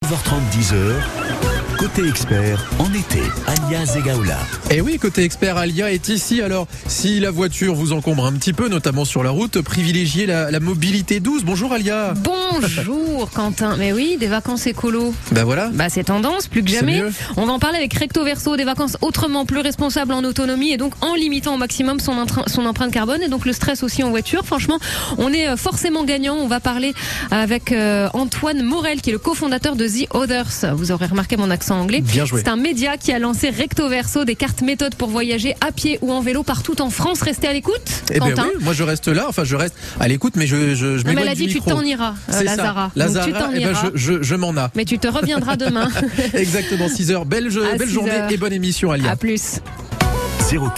9h30, 10h. Côté expert, en été, Alia Zegaoula. Et oui, côté expert, Alia est ici. Alors, si la voiture vous encombre un petit peu, notamment sur la route, privilégiez la mobilité douce. Bonjour Alia. Bonjour Quentin. Mais oui, des vacances écolo. Ben voilà. Bah c'est tendance, plus que jamais. On va en parler avec Recto Verso, des vacances autrement plus responsables en autonomie et donc en limitant au maximum son empreinte carbone et donc le stress aussi en voiture. Franchement, on est forcément gagnant. On va parler avec Antoine Morel qui est le cofondateur de The Others. Vous aurez remarqué mon accent anglais. Bien joué. C'est un média qui a lancé Recto Verso, des cartes méthodes pour voyager à pied ou en vélo partout en France. Restez à l'écoute. Eh ben Quentin. oui, moi je reste là. Enfin, je reste à l'écoute, mais je m'éloigne Non, mais elle a du dit micro. tu t'en iras, C'est Lazara. ça. Donc, Lazara, tu t'en eh ben, iras. je m'en a. Mais tu te reviendras demain. Exactement, 6h. Belle 6 journée heures. et bonne émission, Alia. À plus. 04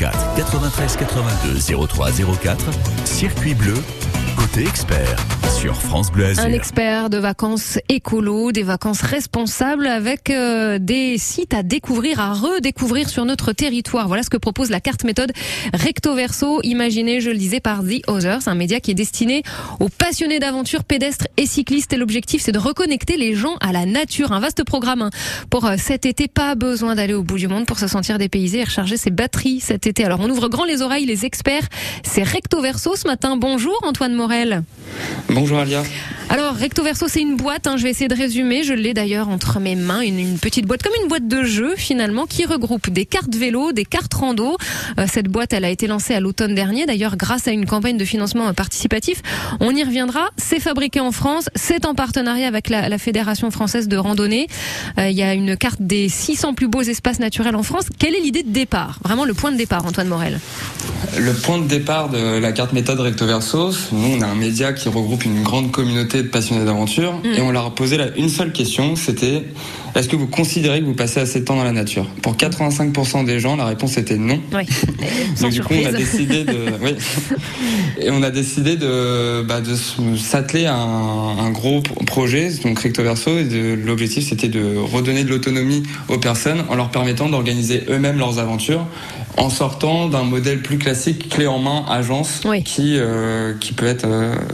93 82 03 04, circuit bleu, côté expert, sur France Bleu Azur. Un expert de vacances écolo, des vacances responsables avec des sites à découvrir, à redécouvrir sur notre territoire. Voilà ce que propose la carte méthode Recto Verso, imaginée, je le disais, par The Others, un média qui est destiné aux passionnés d'aventure pédestres et cyclistes. Et l'objectif, c'est de reconnecter les gens à la nature. Un vaste programme pour cet été. Pas besoin d'aller au bout du monde pour se sentir dépaysé et recharger ses batteries cet été. Alors on ouvre grand les oreilles, les experts. C'est Recto Verso ce matin. Bonjour Antoine Morel. Bonjour Alia. Alors Recto Verso, c'est une boîte, je vais essayer de résumer, je l'ai d'ailleurs entre mes mains, une petite boîte, comme une boîte de jeu finalement, qui regroupe des cartes vélo, des cartes rando. Cette boîte, elle a été lancée à l'automne dernier, d'ailleurs grâce à une campagne de financement participatif. On y reviendra, c'est fabriqué en France, c'est en partenariat avec la Fédération française de randonnée. Il y a une carte des 600 plus beaux espaces naturels en France. Quelle est l'idée de départ? Vraiment le point de départ, Antoine Morel. Le point de départ de la carte méthode Recto Verso, nous on a un média qui regroupe une grande communauté de passionnés d'aventure et on leur a posé une seule question, c'était est-ce que vous considérez que vous passez assez de temps dans la nature? Pour 85% des gens, la réponse était non. Oui, sans Donc, surprise. Du coup, on a décidé de s'atteler à un gros projet, donc Recto Verso, et l'objectif c'était de redonner de l'autonomie aux personnes en leur permettant d'organiser eux-mêmes leurs aventures en sortant d'un modèle plus classique, clé en main, agence, Oui. qui peut être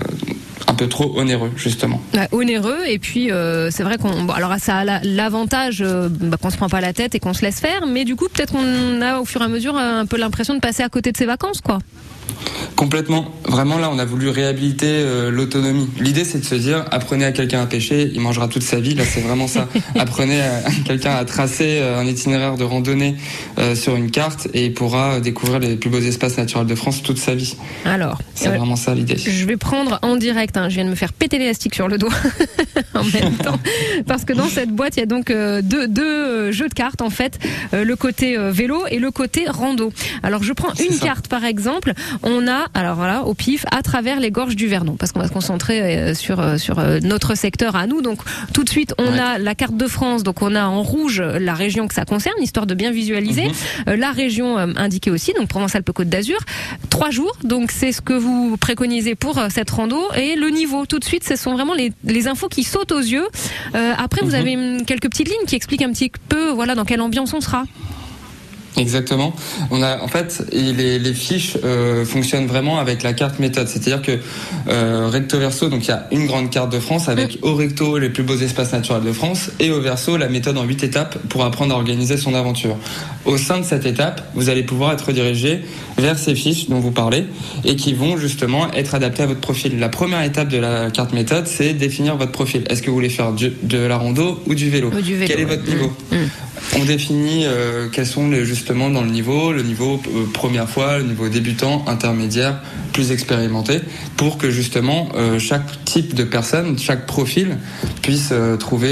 un peu trop onéreux, justement. Onéreux, et puis c'est vrai alors ça a l'avantage qu'on se prend pas la tête et qu'on se laisse faire, mais du coup peut-être qu'on a au fur et à mesure un peu l'impression de passer à côté de ses vacances, quoi. Complètement. Vraiment, là, on a voulu réhabiliter l'autonomie. L'idée, c'est de se dire, apprenez à quelqu'un à pêcher, il mangera toute sa vie. Là, c'est vraiment ça. Apprenez à quelqu'un à tracer un itinéraire de randonnée sur une carte et il pourra découvrir les plus beaux espaces naturels de France toute sa vie. Alors, c'est vraiment ça l'idée. Je vais prendre en direct, je viens de me faire péter l'élastique sur le doigt en même temps, parce que dans cette boîte, il y a donc deux jeux de cartes, en fait, le côté vélo et le côté rando. Alors, je prends une carte, par exemple. On a, alors voilà, au pif, à travers les gorges du Vernon, parce qu'on va se concentrer sur notre secteur à nous. Donc tout de suite, on a la carte de France, donc on a en rouge la région que ça concerne, histoire de bien visualiser. La région indiquée aussi, donc Provence-Alpes-Côte d'Azur. 3 jours, donc c'est ce que vous préconisez pour cette rando. Et le niveau, tout de suite, ce sont vraiment les infos qui sautent aux yeux. Après, vous avez quelques petites lignes qui expliquent un petit peu, voilà, dans quelle ambiance on sera. Exactement. On a, en fait, les fiches fonctionnent vraiment avec la carte méthode. C'est-à-dire que Recto Verso, donc il y a une grande carte de France avec au recto les plus beaux espaces naturels de France et au verso la méthode en 8 étapes pour apprendre à organiser son aventure. Au sein de cette étape, vous allez pouvoir être redirigé vers ces fiches dont vous parlez et qui vont justement être adaptées à votre profil. La première étape de la carte méthode, c'est définir votre profil. Est-ce que vous voulez faire de la rando ou du vélo? Quel est votre niveau? On définit quels sont justement dans le niveau première fois, le niveau débutant, intermédiaire, plus expérimenté, pour que justement chaque type de personne, chaque profil puisse trouver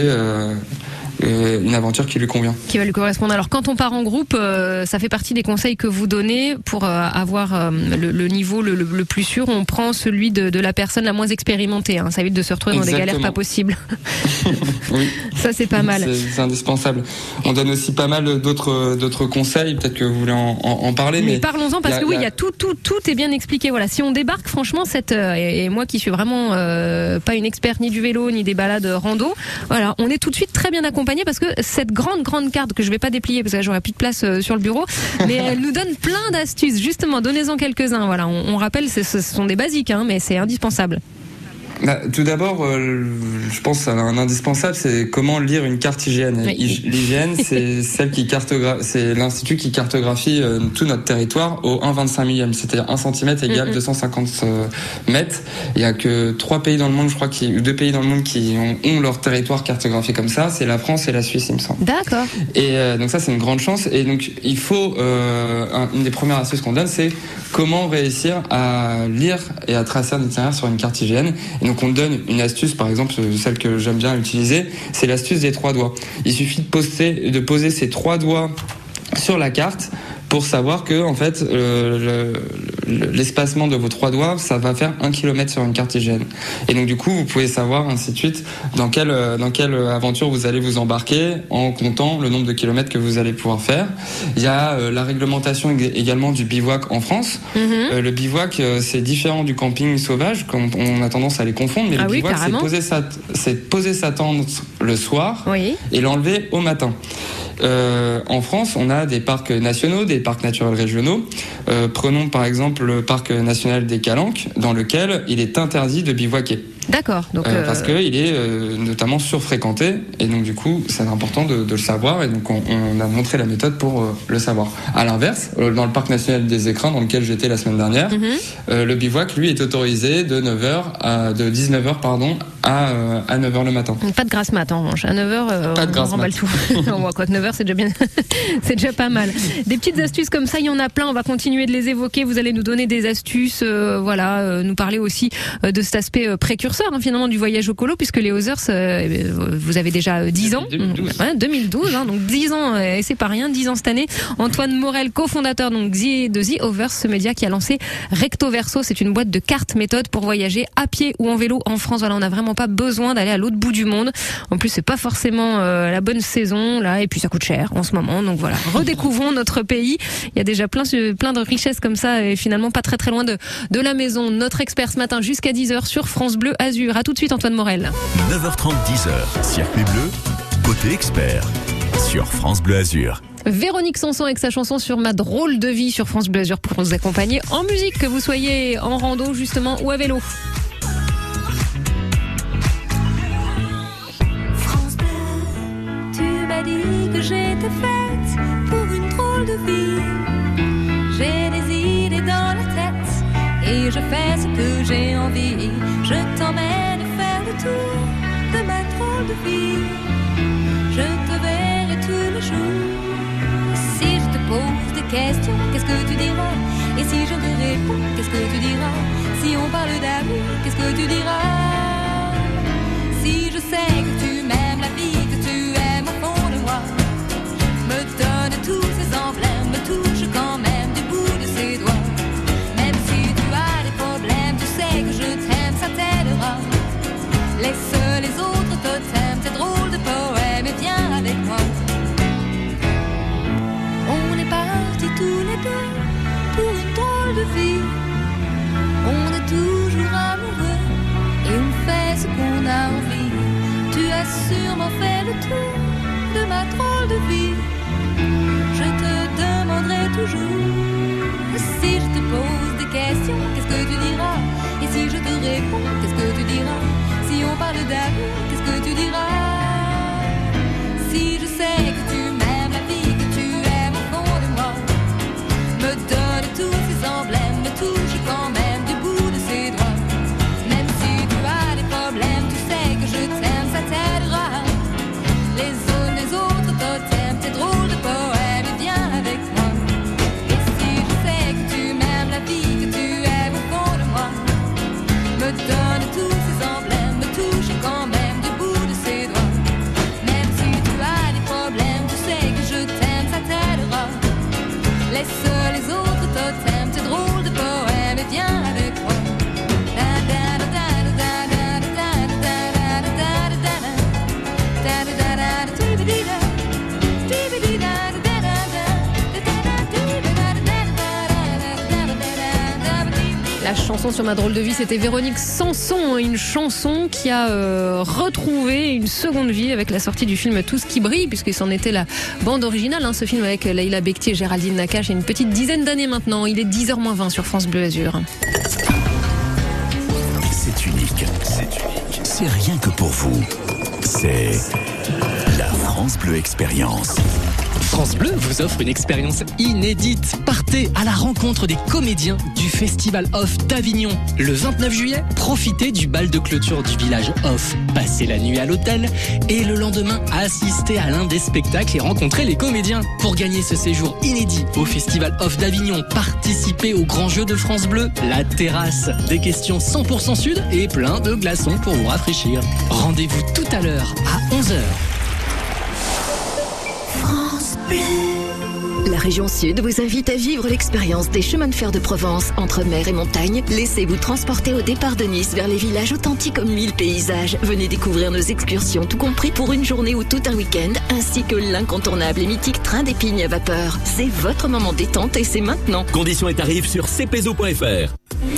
une aventure qui lui convient. Qui va lui correspondre. Alors quand on part en groupe, ça fait partie des conseils que vous donnez pour avoir le niveau le plus sûr. On prend celui de la personne la moins expérimentée. Ça évite de se retrouver dans des galères pas possibles. Oui. Ça c'est pas mal. C'est indispensable. On donne aussi pas mal d'autres conseils. Peut-être que vous voulez en parler. Mais parlons-en parce que il y a tout est bien expliqué. Voilà, si on débarque, franchement, et moi qui suis vraiment pas une experte ni du vélo ni des balades rando, voilà, on est tout de suite très bien accompagné parce que cette grande carte que je vais pas déplier parce que j'aurai plus de place sur le bureau, mais elle nous donne plein d'astuces. Justement, donnez-en quelques-uns. Voilà, on rappelle, ce sont des basiques, mais c'est indispensable. Tout d'abord, je pense à un indispensable, c'est comment lire une carte IGN. Oui. L'IGN, c'est c'est l'institut qui cartographie tout notre territoire au 1/25 millième, c'est-à-dire 1 cm égale 250 mètres. Il y a que 3 pays dans le monde, je crois, 2 pays dans le monde qui ont leur territoire cartographié comme ça. C'est la France et la Suisse, il me semble. D'accord. Et donc ça, c'est une grande chance. Et donc, il faut une des premières astuces qu'on donne, c'est comment réussir à lire et à tracer un itinéraire sur une carte IGN. Et donc on donne une astuce, par exemple, celle que j'aime bien utiliser, c'est l'astuce des 3 doigts. Il suffit de poser ces 3 doigts sur la carte pour savoir que en fait l'espacement de vos 3 doigts, ça va faire 1 km sur une carte IGN. Et donc du coup, vous pouvez savoir ainsi de suite dans quelle aventure vous allez vous embarquer en comptant le nombre de kilomètres que vous allez pouvoir faire. Il y a la réglementation également du bivouac en France. Le bivouac, c'est différent du camping sauvage, comme on a tendance à les confondre, mais le bivouac, c'est poser sa tente le soir et l'enlever au matin. En France, on a des parcs nationaux, des parcs naturels régionaux. Prenons par exemple le parc national des Calanques, dans lequel il est interdit de bivouaquer. D'accord. Donc parce qu'il est notamment surfréquenté, et donc du coup, c'est important de le savoir, et donc on a montré la méthode pour le savoir. À l'inverse, dans le parc national des Écrins, dans lequel j'étais la semaine dernière, le bivouac, lui, est autorisé de 19h à 9h le matin. Pas de grasse mat en revanche. À 9h, on remballe tout. On voit quoi, 9h, c'est déjà bien. C'est déjà pas mal. Des petites astuces comme ça, il y en a plein. On va continuer de les évoquer. Vous allez nous donner des astuces, nous parler aussi de cet aspect précurseur, finalement, du voyage au colo, puisque les Others, vous avez déjà 10 ans. 2012, donc 10 ans, et c'est pas rien, 10 ans cette année. Antoine Morel, cofondateur de The Others, ce média qui a lancé Recto Verso. C'est une boîte de cartes méthodes pour voyager à pied ou en vélo en France. Voilà, on n'a vraiment pas besoin d'aller à l'autre bout du monde. En plus, c'est pas forcément la bonne saison, là, et puis ça coûte cher en ce moment. Donc voilà, redécouvrons notre pays. Il y a déjà plein de richesses comme ça, et finalement pas très très loin de la maison. Notre expert ce matin jusqu'à 10h sur France Bleu Azur. À tout de suite, Antoine Morel. 9h30, 10h, Circuit Bleu, côté expert, sur France Bleu Azur. Véronique Sanson avec sa chanson sur ma drôle de vie sur France Bleu Azur pour nous accompagner en musique, que vous soyez en rando justement ou à vélo. France Bleu, tu m'as dit que j'étais faite pour une drôle de vie. J'ai des idées dans la tête et je fais ce que j'ai envie. Je t'emmène faire le tour de ma drôle de vie. Je te verrai tous les jours. Si je te pose des questions, qu'est-ce que tu diras? Et si je te réponds, qu'est-ce que tu diras? Si on parle d'amour, qu'est-ce que tu diras? Si je sais que tu m'aimes la vie, que tu aimes au fond de moi, me donne tous ces emblèmes, me touche quand même du bout de ses doigts. Même si tu as des problèmes, tu sais que je t'aime, ça t'aidera. Laisse les autres totems, ces drôles de poèmes, et viens avec moi. On est partis tous les deux pour une drôle de vie. On est toujours amoureux et on fait ce qu'on a envie. Tu as sûrement fait le tour de ma drôle de vie. Je te demanderai toujours. Si je te pose des questions, qu'est-ce que tu diras? Et si je te réponds, qu'est-ce que tu diras? Si on parle d'amour, qu'est-ce que tu diras? Si je sais que tu m'aimes la vie, que tu aimes au fond de moi, me donne tous ces emblèmes, me touche quand même du bout de ses doigts. Même si tu as des problèmes, tu sais que je t'aime, ça t'aidera. Les autres totems, ces drôles de poèmes, et viens avec moi. Et si je sais que tu m'aimes la vie, que tu aimes au fond de moi, me donne tous ces emblèmes, me touche quand même du bout de ses doigts. Même si tu as des problèmes, tu sais que je t'aime, ça t'aidera. Laisse les autres totems, ces drôles de poèmes, et viens avec moi. La chanson sur ma drôle de vie, c'était Véronique Sanson, une chanson qui a retrouvé une seconde vie avec la sortie du film Tout ce qui brille, puisque c'en était la bande originale, ce film avec Leïla Bekti et Géraldine Nakache, il y a une petite dizaine d'années maintenant. Il est 10h-20 sur France Bleu Azur. C'est unique. c'est rien que pour vous. C'est la France Bleu Expérience. France Bleu vous offre une expérience inédite. Partez à la rencontre des comédiens du Festival Off d'Avignon. Le 29 juillet, profitez du bal de clôture du village Off. Passez la nuit à l'hôtel et le lendemain, assistez à l'un des spectacles et rencontrez les comédiens. Pour gagner ce séjour inédit au Festival Off d'Avignon, participez au grand jeu de France Bleu, la terrasse. Des questions 100% sud et plein de glaçons pour vous rafraîchir. Rendez-vous tout à l'heure à 11h. La région Sud vous invite à vivre l'expérience des chemins de fer de Provence entre mer et montagne. Laissez-vous transporter au départ de Nice vers les villages authentiques aux 1000 paysages. Venez découvrir nos excursions, tout compris pour une journée ou tout un week-end, ainsi que l'incontournable et mythique train d'épignes à vapeur. C'est votre moment détente et c'est maintenant. Conditions et tarifs sur cpzo.fr.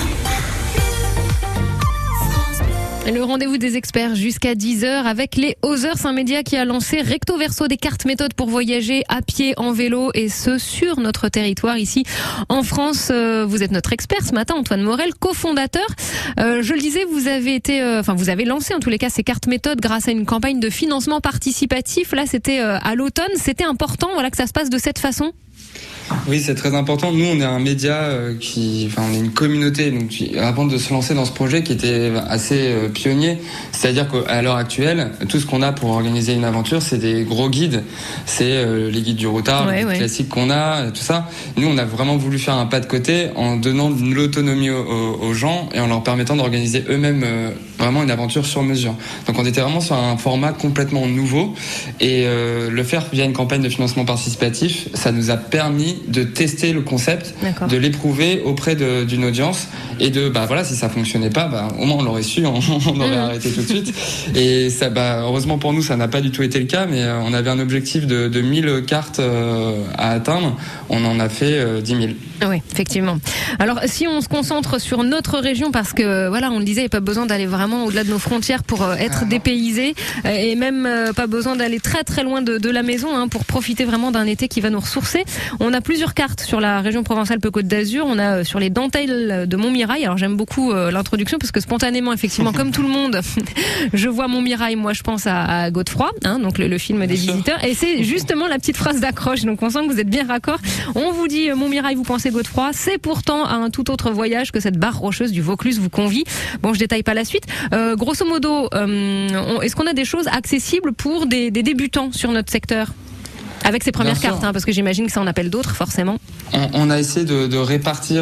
Le rendez-vous des experts jusqu'à 10h avec les Others, un média qui a lancé recto verso des cartes méthodes pour voyager à pied, en vélo et ce sur notre territoire ici en France. Vous êtes notre expert ce matin, Antoine Morel, cofondateur. Je le disais, vous avez lancé en tous les cas ces cartes méthodes grâce à une campagne de financement participatif. Là, c'était à l'automne. C'était important, que ça se passe de cette façon. Oui, c'est très important. Nous, on est un média on est une communauté. Donc, avant de se lancer dans ce projet qui était assez pionnier, c'est-à-dire qu'à l'heure actuelle, tout ce qu'on a pour organiser une aventure, c'est des gros guides. C'est les guides du routard, les guides classiques qu'on a, tout ça. Nous, on a vraiment voulu faire un pas de côté en donnant de l'autonomie aux gens et en leur permettant d'organiser eux-mêmes vraiment une aventure sur mesure. Donc, on était vraiment sur un format complètement nouveau et le faire via une campagne de financement participatif, ça nous a permis de tester le concept, de l'éprouver auprès d'une audience et si ça fonctionnait pas, au moins on l'aurait su, on aurait arrêté tout de suite. Et ça, heureusement pour nous, ça n'a pas du tout été le cas, mais on avait un objectif de 1000 cartes à atteindre. On en a fait 10 000. Oui, effectivement. Alors, si on se concentre sur notre région, parce que, on le disait, il n'y a pas besoin d'aller vraiment au-delà de nos frontières pour être dépaysé, et même pas besoin d'aller très très loin de la maison pour profiter vraiment d'un été qui va nous ressourcer. On a plusieurs cartes sur la région Provence-Alpes-Côte d'Azur. On a sur les dentelles de Montmirail. Alors, j'aime beaucoup l'introduction parce que spontanément, effectivement, comme tout le monde, je vois Montmirail. Moi, je pense à Godefroy, donc le film des visiteurs. Et c'est justement la petite phrase d'accroche. Donc, on sent que vous êtes bien raccord. On vous dit Montmirail, vous pensez Godefroy. C'est pourtant à un tout autre voyage que cette barre rocheuse du Vaucluse vous convie. Bon, je détaille pas la suite. Grosso modo, est-ce qu'on a des choses accessibles pour des débutants sur notre secteur ? Avec ces premières cartes, parce que j'imagine que ça en appelle d'autres, forcément. On a essayé de répartir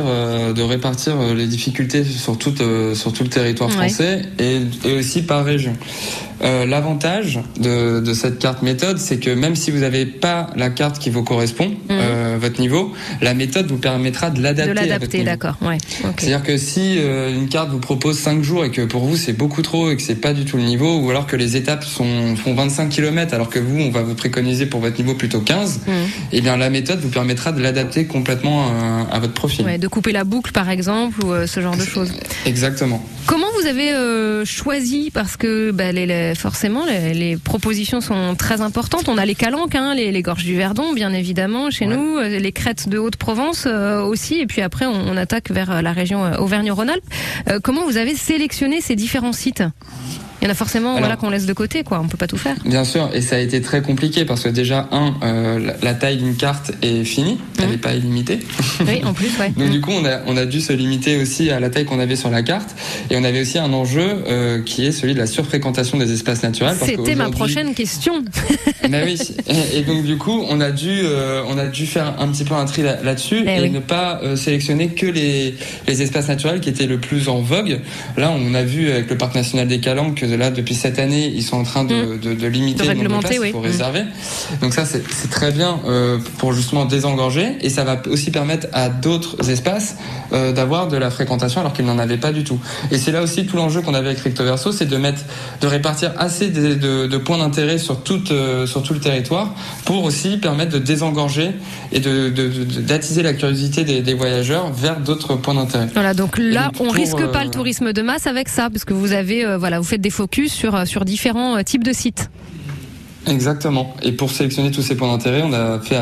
les difficultés sur tout le territoire français et aussi par région. L'avantage de cette carte méthode, c'est que même si vous n'avez pas la carte qui vous correspond, votre niveau, la méthode vous permettra de l'adapter. De l'adapter, d'accord. Ouais. Okay. C'est-à-dire que si une carte vous propose 5 jours et que pour vous c'est beaucoup trop et que c'est pas du tout le niveau, ou alors que les étapes font 25 km alors que vous, on va vous préconiser pour votre niveau plutôt 15, et bien la méthode vous permettra de l'adapter complètement à votre profil. Ouais, de couper la boucle par exemple ou ce genre de choses. Exactement. Comment vous avez choisi, parce que forcément les propositions sont très importantes. On a les calanques, les gorges du Verdon bien évidemment chez nous, les crêtes de Haute-Provence aussi, et puis après on attaque vers la région Auvergne-Rhône-Alpes. Comment vous avez sélectionné ces différents sites ? Il y en a forcément qu'on laisse de côté, on peut pas tout faire. Bien sûr, et ça a été très compliqué parce que déjà la taille d'une carte est finie, elle n'est pas illimitée. Oui, en plus, ouais. Donc du coup, on a dû se limiter aussi à la taille qu'on avait sur la carte, et on avait aussi un enjeu qui est celui de la surfréquentation des espaces naturels. C'était ma prochaine question. Oui, et donc du coup, on a dû faire un petit peu un tri là-dessus et ne pas sélectionner que les espaces naturels qui étaient le plus en vogue. Là, on a vu avec le parc national des Calanques que là, depuis cette année, ils sont en train de limiter le nombre de places qu'il faut réserver. Donc ça, c'est très bien pour justement désengorger, et ça va aussi permettre à d'autres espaces d'avoir de la fréquentation alors qu'ils n'en avaient pas du tout. Et c'est là aussi tout l'enjeu qu'on avait avec Recto Verso, c'est de répartir assez de points d'intérêt sur tout le territoire pour aussi permettre de désengorger et d'attiser la curiosité des voyageurs vers d'autres points d'intérêt. Voilà, donc là, on risque pas le tourisme de masse avec ça, parce que vous avez, vous faites des focus sur différents types de sites. Exactement. Et pour sélectionner tous ces points d'intérêt, on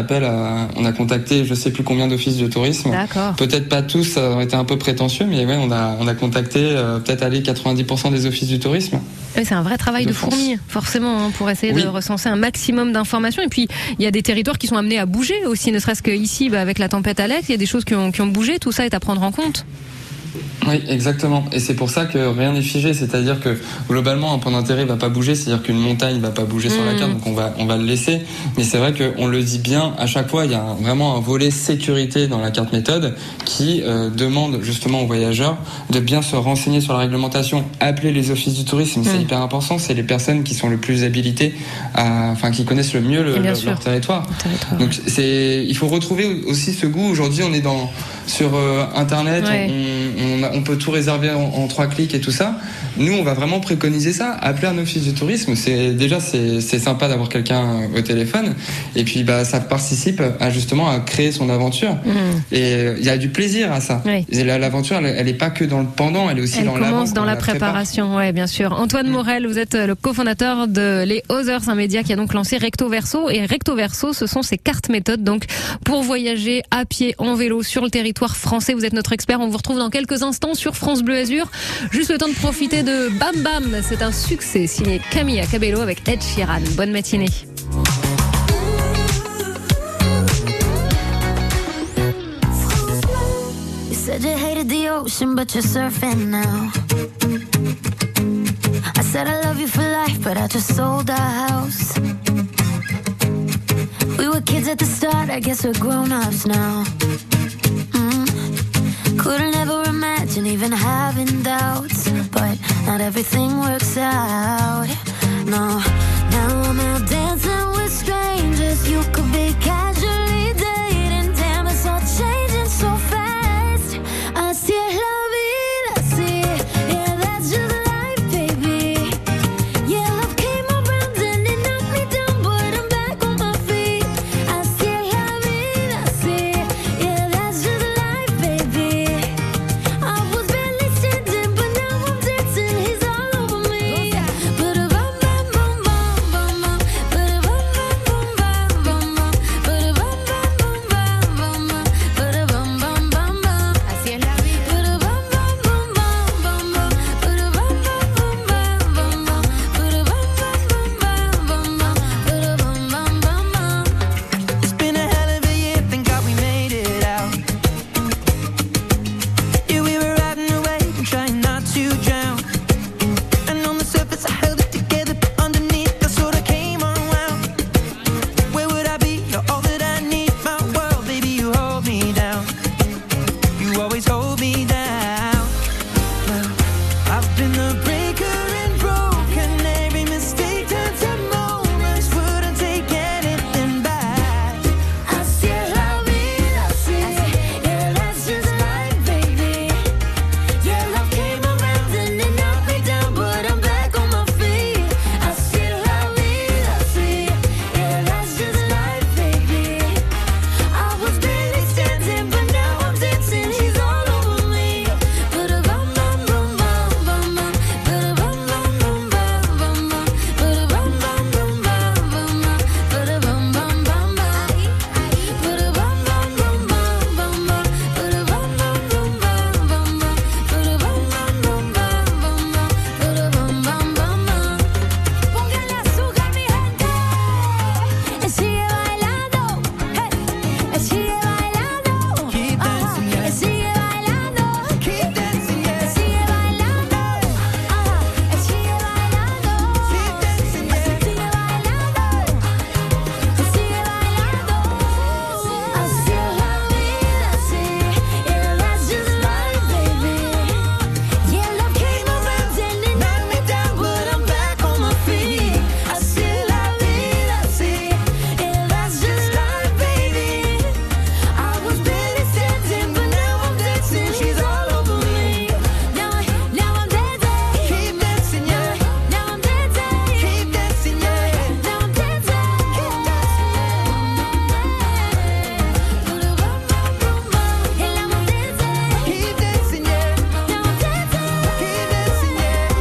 a contacté je sais plus combien d'offices de tourisme. D'accord. Peut-être pas tous, ça aurait été un peu prétentieux, mais on a contacté peut-être 90% des offices du tourisme. Oui, c'est un vrai travail de fourmi, forcément, pour essayer de recenser un maximum d'informations. Et puis, il y a des territoires qui sont amenés à bouger aussi, ne serait-ce qu'ici, avec la tempête Alex, il y a des choses qui ont bougé, tout ça est à prendre en compte. Oui, exactement. Et c'est pour ça que rien n'est figé. C'est-à-dire que globalement, un point d'intérêt va pas bouger. C'est-à-dire qu'une montagne va pas bouger sur la carte. Donc on va le laisser. Mais c'est vrai qu'on le dit bien à chaque fois. Il y a vraiment un volet sécurité dans la carte méthode qui demande justement aux voyageurs de bien se renseigner sur la réglementation. Appeler les offices du tourisme, c'est hyper important. C'est les personnes qui sont le plus habilitées, qui connaissent le mieux leur territoire. Donc il faut retrouver aussi ce goût. Aujourd'hui, on est sur Internet. On peut tout réserver en 3 clics et tout ça. Nous, on va vraiment préconiser ça. Appeler un office du tourisme, c'est sympa d'avoir quelqu'un au téléphone. Et puis, ça participe à créer son aventure. Et il y a du plaisir à ça. Oui. Et l'aventure, elle est pas que dans le pendant, elle est aussi dans l'avant. Elle commence dans la préparation, ouais, bien sûr. Antoine Morel, vous êtes le cofondateur de Les Others, un média qui a donc lancé Recto Verso. Et Recto Verso, ce sont ces cartes méthodes, donc, pour voyager à pied, en vélo, sur le territoire français. Vous êtes notre expert. On vous retrouve dans quelques instants sur France Bleu Azur. Juste le temps de profiter de Bam Bam. C'est un succès signé Camilla Cabello avec Ed Sheeran. Bonne matinée. You said you hated the ocean, but you're surfing now. I said I love you for life, but I just sold our house. We were kids at the start, I guess we're grown-ups now. Couldn't ever imagine even having doubts, but not everything works out. No, now I'm out dancing with strangers. You could be casually dating. Damn, it's all changing so fast. Así es la vida, sí. Yeah, that's just life, baby. Yeah, love came around and it knocked me down, but I'm back on my feet. Así es la vida, sí. Yeah, that's just life, baby. I was barely standing, but now I'm dancing. He's all over me. Ba-da-bum, bum, bum, bum, bum, bum. Ba-da-bum, bum, bum, bum, bum. Ba-da-bum, bum, bum, bum, bum. Ba-da-bum, bum, bum, bum. Así es la vida. Ba-da-bum, bum, bum, bum, bum, bum. Ba-da-bum, bum, bum, bum, bum, bum. Ba-da-bum, bum, bum, bum, bum, bum. Ba-da-bum, bum, bum, bum. It's been a hell of a year, thank God we made it out. Yeah, we were riding away and trying not to drown. And on the surface I held it together, but underneath I sort of came unwound. Where would I be? You're all that I need, my world, baby, you hold me down. You always hold me down. Well, I've been the breaker and broken. Every mistake turned to moments, wouldn't take anything back. Así es la vida, sí. Yeah, that's just life, baby. Yeah, love came around and it knocked me down, but I'm back on my feet. Así es la vida, sí. Yeah, that's just life, baby. I was barely standing, but now I'm dancing. He's all over me. Ba-da-bum, bum, bum, bum, bum, bum. Ba-da-bum, bum, bum, bum, bum, bum. Ba-da-bum, bum, bum, bum, bum, bum. Ba-da-bum, bum, bum, bum. Ba-da-bum, bum, bum, bum, bum. Ba-da-bum, bum, bum, bum, bum. Ba-da-bum, bum, bum, bum, bum. Ba-da-bum, bum, bum, bum. Póngale azúcar, mi gente. Sigue bailando. Hey. Sigue bailando. Keep dancing, yeah. Sigue bailando. Keep dancing, yeah. Sigue bailando. Sigue bailando. Keep dancing, yeah. Sigue bailando. Sigue bailando. Así es la vida, sí. Yeah, that's just life, baby. Yeah, love came around and it knocked me down, but I'm back on my feet. Así es la vida, sí. Yeah, that's just life, baby. I was barely standing, but now I'm dancing. She's all over me. Now I'm dancing. Keep dancing, yeah. Now I'm dancing. Keep dancing, yeah. Now I'm dancing. Keep dancing, yeah. Keep dancing,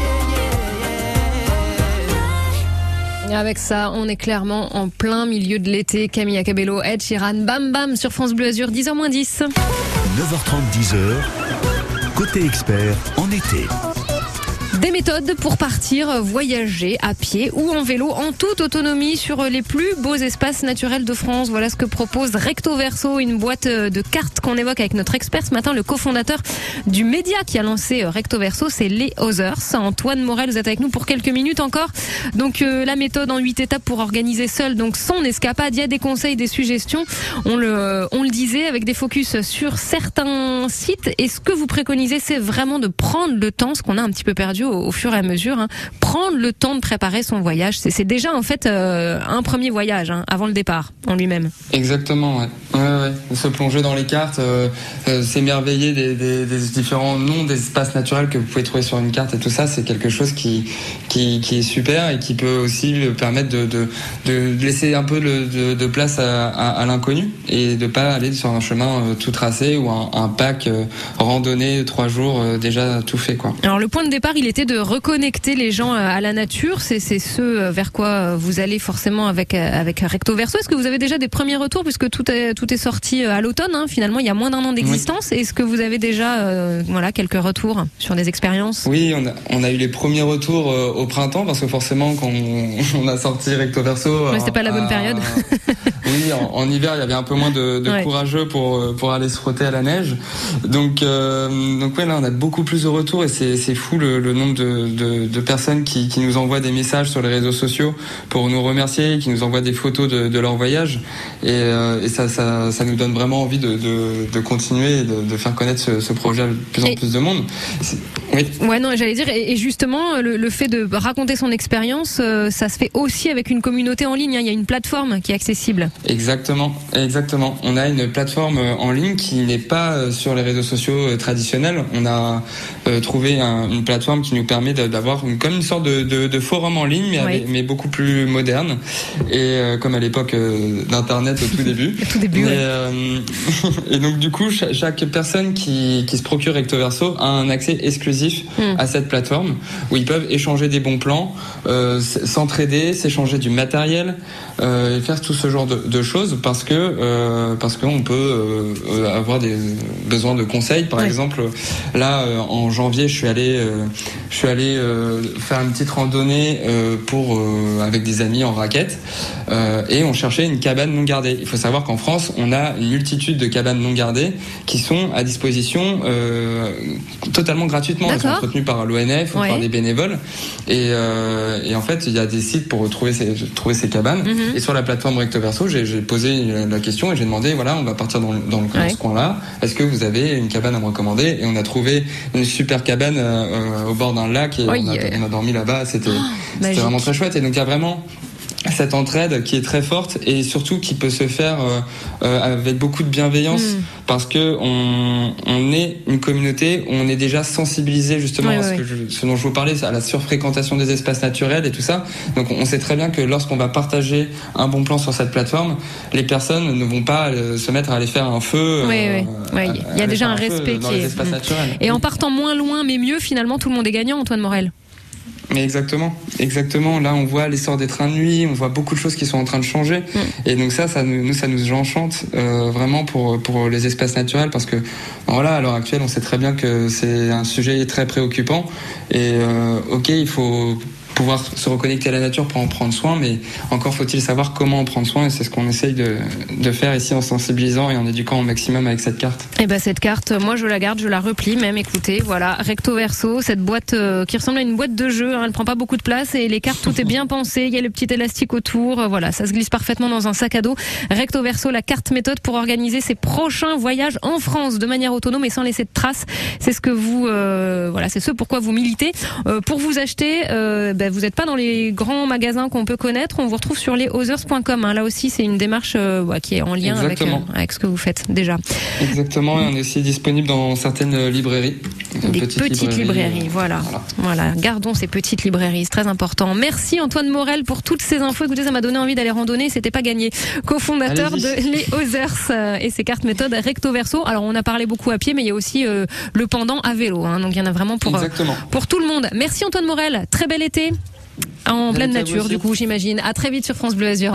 yeah. Avec ça, on est clairement en plein milieu de l'été. Camilla Cabello, Ed Sheeran, Bam Bam sur France Bleu Azur, 10h-10. 9h30, 10h. Côté expert en été. Des méthodes pour partir voyager à pied ou en vélo en toute autonomie sur les plus beaux espaces naturels de France. Voilà ce que propose Recto Verso, une boîte de cartes qu'on évoque avec notre expert ce matin, le cofondateur du média qui a lancé Recto Verso, c'est les Others. Antoine Morel, vous êtes avec nous pour quelques minutes encore. Donc la méthode en 8 étapes pour organiser seul donc son escapade. Il y a des conseils, des suggestions. On le disait avec des focus sur certains sites. Et ce que vous préconisez, c'est vraiment de prendre le temps, ce qu'on a un petit peu perdu au fur et à mesure, prendre le temps de préparer son voyage. C'est déjà en fait un premier voyage avant le départ en lui-même. Exactement, ouais. Se plonger dans les cartes, s'émerveiller des différents noms des espaces naturels que vous pouvez trouver sur une carte et tout ça, c'est quelque chose qui est super et qui peut aussi permettre de laisser un peu de place à l'inconnu et de pas aller sur un chemin tout tracé ou un pack randonnée 3 jours déjà tout fait, quoi. Alors le point de départ, il était de reconnecter les gens à la nature. C'est ce vers quoi vous allez forcément avec Recto Verso. Est-ce que vous avez déjà des premiers retours puisque tout est sorti à l'automne, finalement il y a moins d'1 an d'existence. Oui. Est-ce que vous avez déjà quelques retours sur des expériences? Oui, on a eu les premiers retours au printemps parce que forcément quand on a sorti Recto Verso, c'était pas la bonne période. Oui, en hiver il y avait un peu moins de courageux pour aller se frotter à la neige. Donc ouais, là on a beaucoup plus de retours et c'est fou le nombre de personnes qui nous envoient des messages sur les réseaux sociaux pour nous remercier, qui nous envoient des photos de leur voyage et ça nous donne vraiment envie de continuer et de faire connaître ce projet à de plus en plus de monde. Oui. Ouais, non, j'allais dire, et justement, le fait de raconter son expérience, ça se fait aussi avec une communauté en ligne. Il y a une plateforme qui est accessible. Exactement. On a une plateforme en ligne qui n'est pas sur les réseaux sociaux traditionnels. On a trouvé une plateforme qui nous permet d'avoir comme une sorte de forum en ligne, mais beaucoup plus moderne. Et comme à l'époque d'Internet au tout début. Au tout début, et donc du coup, chaque personne qui se procure Recto Verso a un accès exclusif à cette plateforme où ils peuvent échanger des bons plans, s'entraider, s'échanger du matériel, et faire tout ce genre de choses parce qu'on peut avoir des besoins de conseils. Par exemple, là en janvier, je suis allé faire une petite randonnée avec des amis en raquette et on cherchait une cabane non gardée. Il faut savoir qu'en France, on a une multitude de cabanes non gardées qui sont à disposition totalement gratuitement. Elles sont entretenues par l'ONF ou par des bénévoles et en fait, il y a des sites pour trouver ces cabanes. Et sur la plateforme Recto Verso, j'ai posé la question et j'ai demandé, voilà, on va partir dans ce coin-là. Est-ce que vous avez une cabane à me recommander? Et on a trouvé une super cabane au bord d'un lac et on a dormi là-bas. C'était vraiment très chouette. Et donc il y a vraiment cette entraide qui est très forte et surtout qui peut se faire avec beaucoup de bienveillance parce que on est une communauté où on est déjà sensibilisé justement à ce dont je vous parlais, à la surfréquentation des espaces naturels et tout ça. Donc on sait très bien que lorsqu'on va partager un bon plan sur cette plateforme, les personnes ne vont pas se mettre à aller faire un feu. Il y a déjà un respect qui est naturels. Et en partant moins loin mais mieux, finalement tout le monde est gagnant, Antoine Morel. Mais exactement. Là, on voit l'essor des trains de nuit, on voit beaucoup de choses qui sont en train de changer. Et donc ça nous enchante vraiment pour les espaces naturels parce que à l'heure actuelle, on sait très bien que c'est un sujet très préoccupant. Et il faut pouvoir se reconnecter à la nature pour en prendre soin, mais encore faut-il savoir comment en prendre soin et c'est ce qu'on essaye de faire ici en sensibilisant et en éduquant au maximum avec cette carte. Et cette carte, moi je la garde, je la replie même, écoutez, voilà, Recto Verso, cette boîte qui ressemble à une boîte de jeu, elle prend pas beaucoup de place et les cartes, tout est bien pensé, il y a le petit élastique autour, voilà, ça se glisse parfaitement dans un sac à dos. Recto Verso, la carte méthode pour organiser ses prochains voyages en France de manière autonome et sans laisser de traces. C'est ce que vous, c'est ce pourquoi vous militez. Pour vous acheter, vous n'êtes pas dans les grands magasins qu'on peut connaître, on vous retrouve sur lesothers.com. Là aussi, c'est une démarche qui est en lien avec ce que vous faites déjà. Exactement, et on est aussi disponible dans certaines librairies. Des petites librairies, voilà. Gardons ces petites librairies, c'est très important. Merci Antoine Morel pour toutes ces infos. Écoutez, ça m'a donné envie d'aller randonner, c'était pas gagné. Co-fondateur de les Others et ses cartes méthodes Recto Verso. Alors on a parlé beaucoup à pied, mais il y a aussi le pendant à vélo. Donc il y en a vraiment pour tout le monde. Merci Antoine Morel, très bel été. En pleine nature, du coup, j'imagine. À très vite sur France Bleu Azur.